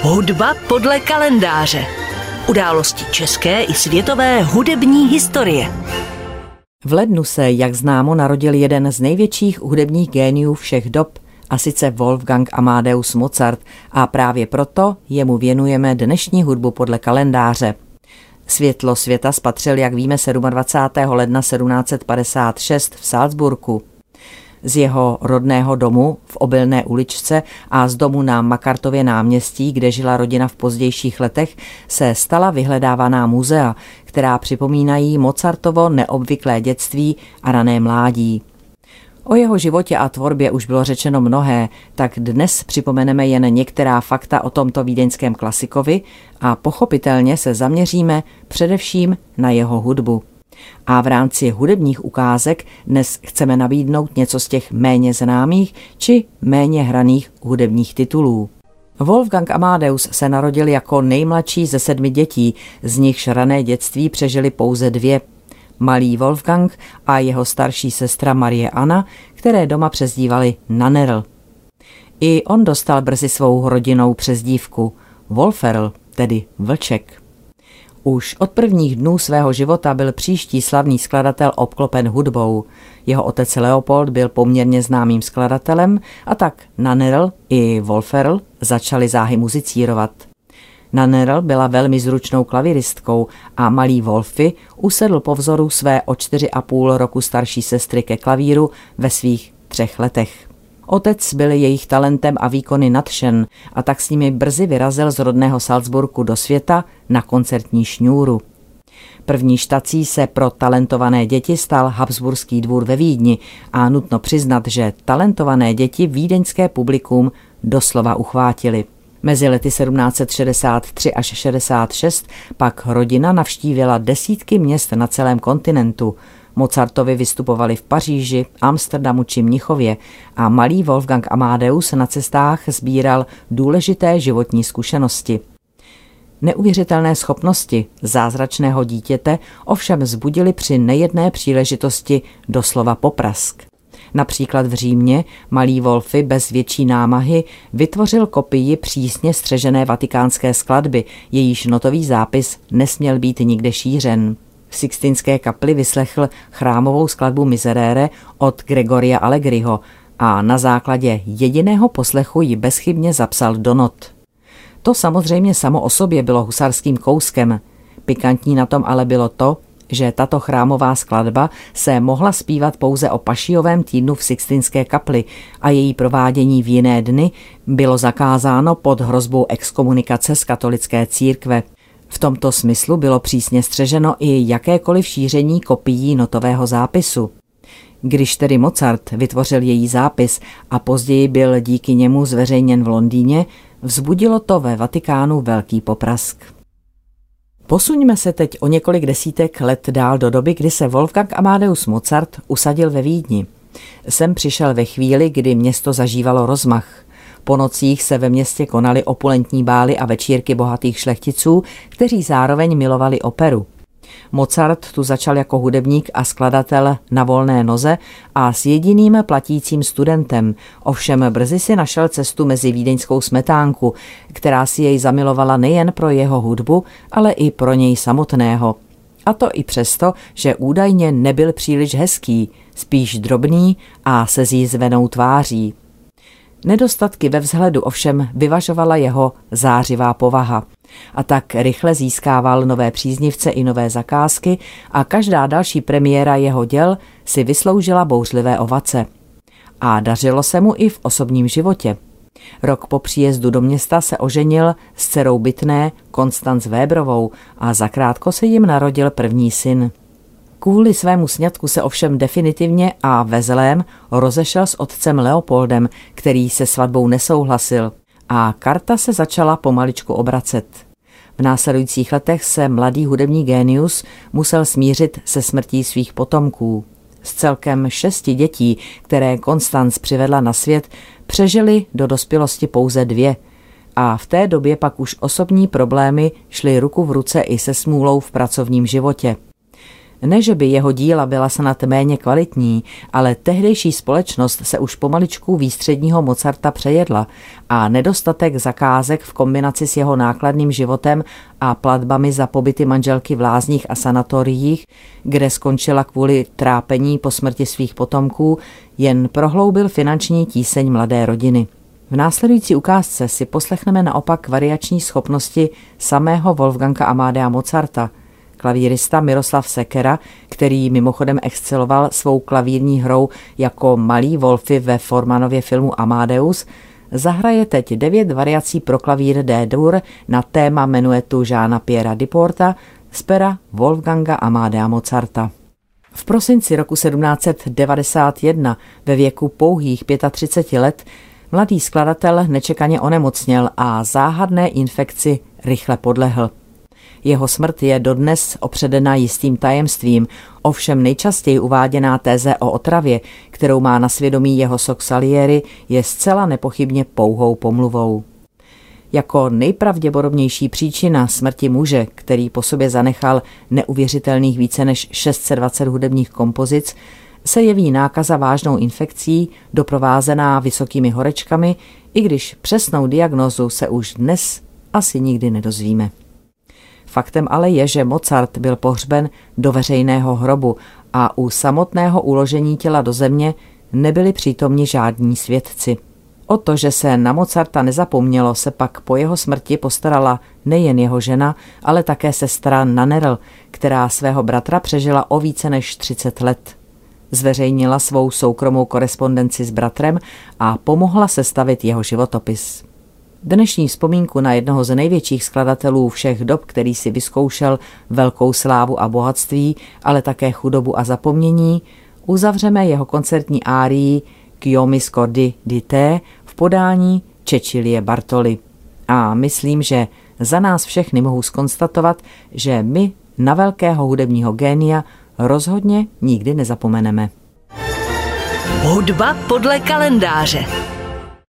Hudba podle kalendáře. Události české i světové hudební historie. V lednu se, jak známo, narodil jeden z největších hudebních géniů všech dob, a sice Wolfgang Amadeus Mozart, a právě proto jemu věnujeme dnešní hudbu podle kalendáře. Světlo světa spatřil, jak víme, 27. ledna 1756 v Salzburgu. Z jeho rodného domu v Obilné uličce a z domu na Makartově náměstí, kde žila rodina v pozdějších letech, se stala vyhledávaná muzea, která připomínají Mozartovo neobvyklé dětství a rané mládí. O jeho životě a tvorbě už bylo řečeno mnohé, tak dnes připomeneme jen některá fakta o tomto vídeňském klasikovi a pochopitelně se zaměříme především na jeho hudbu. A v rámci hudebních ukázek dnes chceme nabídnout něco z těch méně známých či méně hraných hudebních titulů. Wolfgang Amadeus se narodil jako nejmladší ze 7 dětí, z nichž rané dětství přežili pouze 2. Malý Wolfgang a jeho starší sestra Marie Anna, které doma přezdívali Nannerl. I on dostal brzy svou rodinnou přezdívku Wolferl, tedy Vlček. Už od prvních dnů svého života byl příští slavný skladatel obklopen hudbou. Jeho otec Leopold byl poměrně známým skladatelem a tak Nannerl i Wolferl začali záhy muzicírovat. Nannerl byla velmi zručnou klaviristkou a malý Wolfi usedl po vzoru své o 4,5 roku starší sestry ke klavíru ve svých 3 letech. Otec byl jejich talentem a výkony nadšen a tak s nimi brzy vyrazil z rodného Salzburgu do světa na koncertní šňůru. První štací se pro talentované děti stal Habsburský dvůr ve Vídni a nutno přiznat, že talentované děti vídeňské publikum doslova uchvátili. Mezi lety 1763 až 66 pak rodina navštívila desítky měst na celém kontinentu. Mozartovi vystupovali v Paříži, Amsterdamu či Mnichově a malý Wolfgang Amadeus na cestách sbíral důležité životní zkušenosti. Neuvěřitelné schopnosti zázračného dítěte ovšem vzbudily při nejedné příležitosti doslova poprask. Například v Římě malý Wolfi bez větší námahy vytvořil kopii přísně střežené vatikánské skladby, jejíž notový zápis nesměl být nikde šířen. V Sixtinské kapli vyslechl chrámovou skladbu Miserere od Gregoria Allegriho a na základě jediného poslechu ji bezchybně zapsal do not. To samozřejmě samo o sobě bylo husarským kouskem. Pikantní na tom ale bylo to, že tato chrámová skladba se mohla zpívat pouze o Pašijovém týdnu v Sixtinské kapli a její provádění v jiné dny bylo zakázáno pod hrozbou exkomunikace z katolické církve. V tomto smyslu bylo přísně střeženo i jakékoliv šíření kopií notového zápisu. Když tedy Mozart vytvořil její zápis a později byl díky němu zveřejněn v Londýně, vzbudilo to ve Vatikánu velký poprask. Posuňme se teď o několik desítek let dál do doby, kdy se Wolfgang Amadeus Mozart usadil ve Vídni. Sem přišel ve chvíli, kdy město zažívalo rozmach. Po nocích se ve městě konaly opulentní bály a večírky bohatých šlechticů, kteří zároveň milovali operu. Mozart tu začal jako hudebník a skladatel na volné noze a s jediným platícím studentem, ovšem brzy si našel cestu mezi vídeňskou smetánku, která si jej zamilovala nejen pro jeho hudbu, ale i pro něj samotného. A to i přesto, že údajně nebyl příliš hezký, spíš drobný a se zjízvenou tváří. Nedostatky ve vzhledu ovšem vyvažovala jeho zářivá povaha. A tak rychle získával nové příznivce i nové zakázky a každá další premiéra jeho děl si vysloužila bouřlivé ovace. A dařilo se mu i v osobním životě. Rok po příjezdu do města se oženil s dcerou Bytné Konstanc Vébrovou a zakrátko se jim narodil první syn. Kvůli svému sňatku se ovšem definitivně a ve zlém rozešel s otcem Leopoldem, který se svatbou nesouhlasil, a karta se začala pomaličku obracet. V následujících letech se mladý hudební génius musel smířit se smrtí svých potomků. Z celkem 6 dětí, které Konstanc přivedla na svět, přežili do dospělosti pouze 2 a v té době pak už osobní problémy šly ruku v ruce i se smůlou v pracovním životě. Ne, že by jeho díla byla snad méně kvalitní, ale tehdejší společnost se už pomaličku výstředního Mozarta přejedla a nedostatek zakázek v kombinaci s jeho nákladným životem a platbami za pobyty manželky v lázních a sanatoriích, kde skončila kvůli trápení po smrti svých potomků, jen prohloubil finanční tíseň mladé rodiny. V následující ukázce si poslechneme naopak variační schopnosti samého Wolfganga Amadea Mozarta, klavírista Miroslav Sekera, který mimochodem exceloval svou klavírní hrou jako malý Wolfi ve Formanově filmu Amadeus, zahraje teď 9 variací pro klavír D-dur na téma menuetu Jeana Pierra Diporta z pera Wolfganga Amadea Mozarta. V prosinci roku 1791 ve věku pouhých 35 let mladý skladatel nečekaně onemocněl a záhadné infekci rychle podlehl. Jeho smrt je dodnes opředena jistým tajemstvím, ovšem nejčastěji uváděná teze o otravě, kterou má na svědomí jeho sok Salieri, je zcela nepochybně pouhou pomluvou. Jako nejpravděpodobnější příčina smrti muže, který po sobě zanechal neuvěřitelných více než 620 hudebních kompozic, se jeví nákaza vážnou infekcí, doprovázená vysokými horečkami, i když přesnou diagnózu se už dnes asi nikdy nedozvíme. Faktem ale je, že Mozart byl pohřben do veřejného hrobu a u samotného uložení těla do země nebyli přítomni žádní svědci. O to, že se na Mozarta nezapomnělo, se pak po jeho smrti postarala nejen jeho žena, ale také sestra Nannerl, která svého bratra přežila o více než 30 let. Zveřejnila svou soukromou korespondenci s bratrem a pomohla sestavit jeho životopis. Dnešní vzpomínku na jednoho z největších skladatelů všech dob, který si vyzkoušel velkou slávu a bohatství, ale také chudobu a zapomnění, uzavřeme jeho koncertní árií Io mi scordi di te v podání Cecilie Bartoli. A myslím, že za nás všechny mohu zkonstatovat, že my na velkého hudebního génia rozhodně nikdy nezapomeneme. Hudba podle kalendáře.